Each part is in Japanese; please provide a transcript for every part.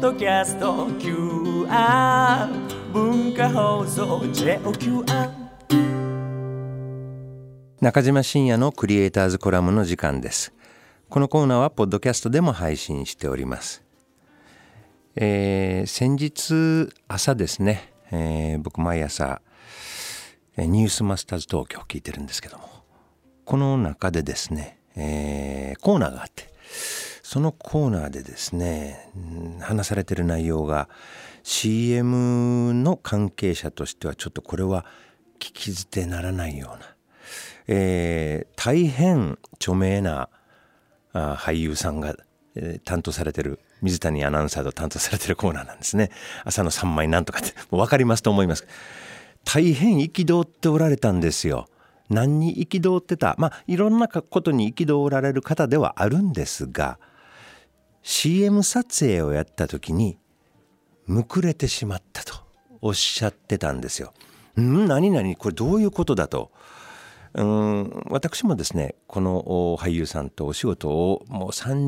ドキャスト QR 文化放送 JOQR。 中島真也のクリエイターズコラムの時間です。このコーナーはポッドキャストでも配信しております。先日朝ですね、僕毎朝ニュースマスターズ東京を聞いてるんですけども、この中でですね、コーナーがあって、そのコーナーでですね、話されている内容が CM の関係者としてはちょっとこれは聞き捨てならないような、大変著名な俳優さんが、担当されてる水谷アナウンサーと担当されてるコーナーなんですね。朝の3枚なんとかってもう分かりますと思います。大変憤っておられたんですよ。何に憤ってた、いろんなことに憤られる方ではあるんですが、 CM 撮影をやった時にむくれてしまったとおっしゃってたんですよ。何々これどういうことだと。私もですね、この俳優さんとお仕事をもう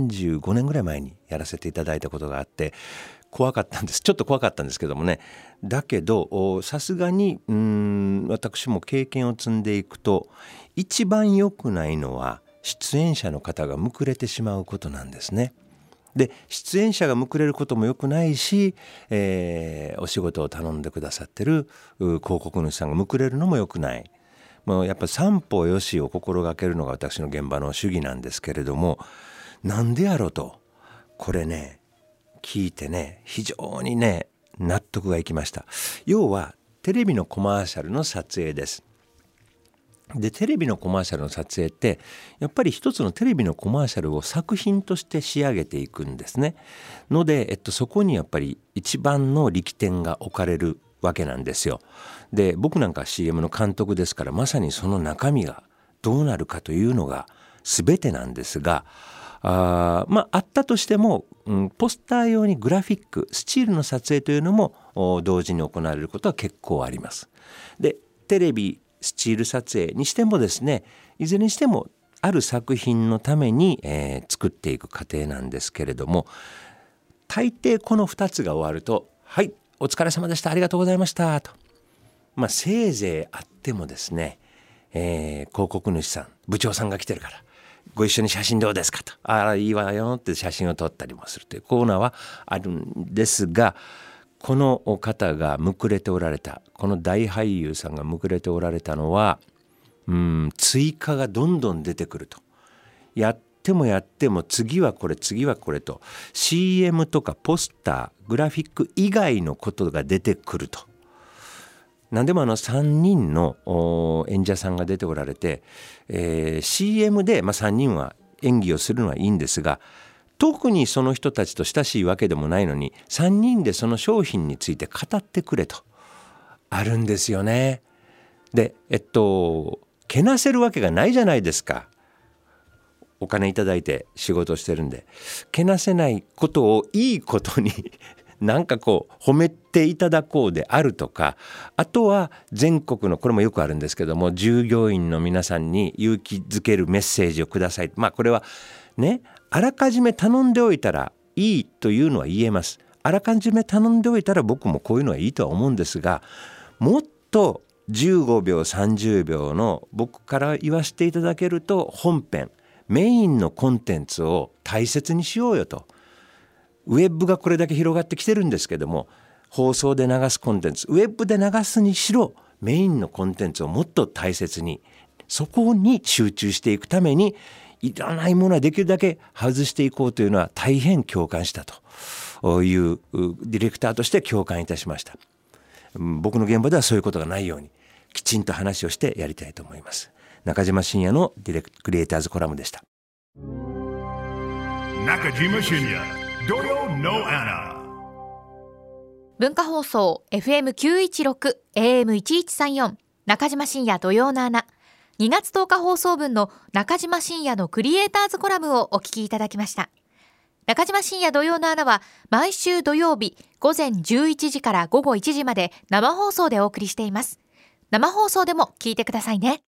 35年ぐらい前にやらせていただいたことがあって、怖かったんです。ちょっと怖かったんですけどもね。だけどさすがに私も経験を積んでいくと、一番良くないのは出演者の方がむくれてしまうことなんですね。で、出演者がむくれることも良くないし、お仕事を頼んでくださってる広告主さんがむくれるのも良くない。もうやっぱり三方よしを心がけるのが私の現場の主義なんですけれども、なんでやろうと、これね聞いてね、非常にね納得がいきました。要はテレビのコマーシャルの撮影です。で、テレビのコマーシャルの撮影ってやっぱり一つのテレビのコマーシャルを作品として仕上げていくんですね。ので、そこにやっぱり一番の力点が置かれるわけなんですよ。で、僕なんか CM の監督ですから、まさにその中身がどうなるかというのが全てなんですが、あったとしても、ポスター用にグラフィックスチールの撮影というのも同時に行われることは結構あります。で、テレビスチール撮影にしてもですね、いずれにしてもある作品のために、作っていく過程なんですけれども、大抵この2つが終わると、はい、お疲れ様でした、ありがとうございましたと、せいぜいあってもですね、広告主さん、部長さんが来てるからご一緒に写真どうですかと、いいわよって写真を撮ったりもするというコーナーはあるんですが、この方がむくれておられた、この大俳優さんがむくれておられたのは、追加がどんどん出てくると。やっても次はこれと CM とかポスター、グラフィック以外のことが出てくると。何でも3人の演者さんが出ておられて、CM で、3人は演技をするのはいいんですが、特にその人たちと親しいわけでもないのに3人でその商品について語ってくれとあるんですよね。で、けなせるわけがないじゃないですか。お金いただいて仕事してるんで、けなせないことをいいことになんか褒めていただこうであるとか、あとは全国の、これもよくあるんですけども、従業員の皆さんに勇気づけるメッセージをください。これはね、あらかじめ頼んでおいたらいいというのは言えます。あらかじめ頼んでおいたら僕もこういうのはいいとは思うんですが、もっと15秒30秒の僕から言わせていただけると、本編メインのコンテンツを大切にしようよと。ウェブがこれだけ広がってきてるんですけども、放送で流すコンテンツ、ウェブで流すにしろメインのコンテンツをもっと大切に、そこに集中していくために、いらないものはできるだけ外していこうというのは大変共感したというディレクターとして共感いたしました。僕の現場ではそういうことがないようにきちんと話をしてやりたいと思います。中島真也のクリエイターズコラムでした。 中島真也土曜のアナ、 文化放送 FM916 AM1134 中島真也土曜のアナ、2月10日放送分の中島真也のクリエイターズコラムをお聞きいただきました。中島真也土曜のアナは毎週土曜日午前11時から午後1時まで生放送でお送りしています。生放送でも聞いてくださいね。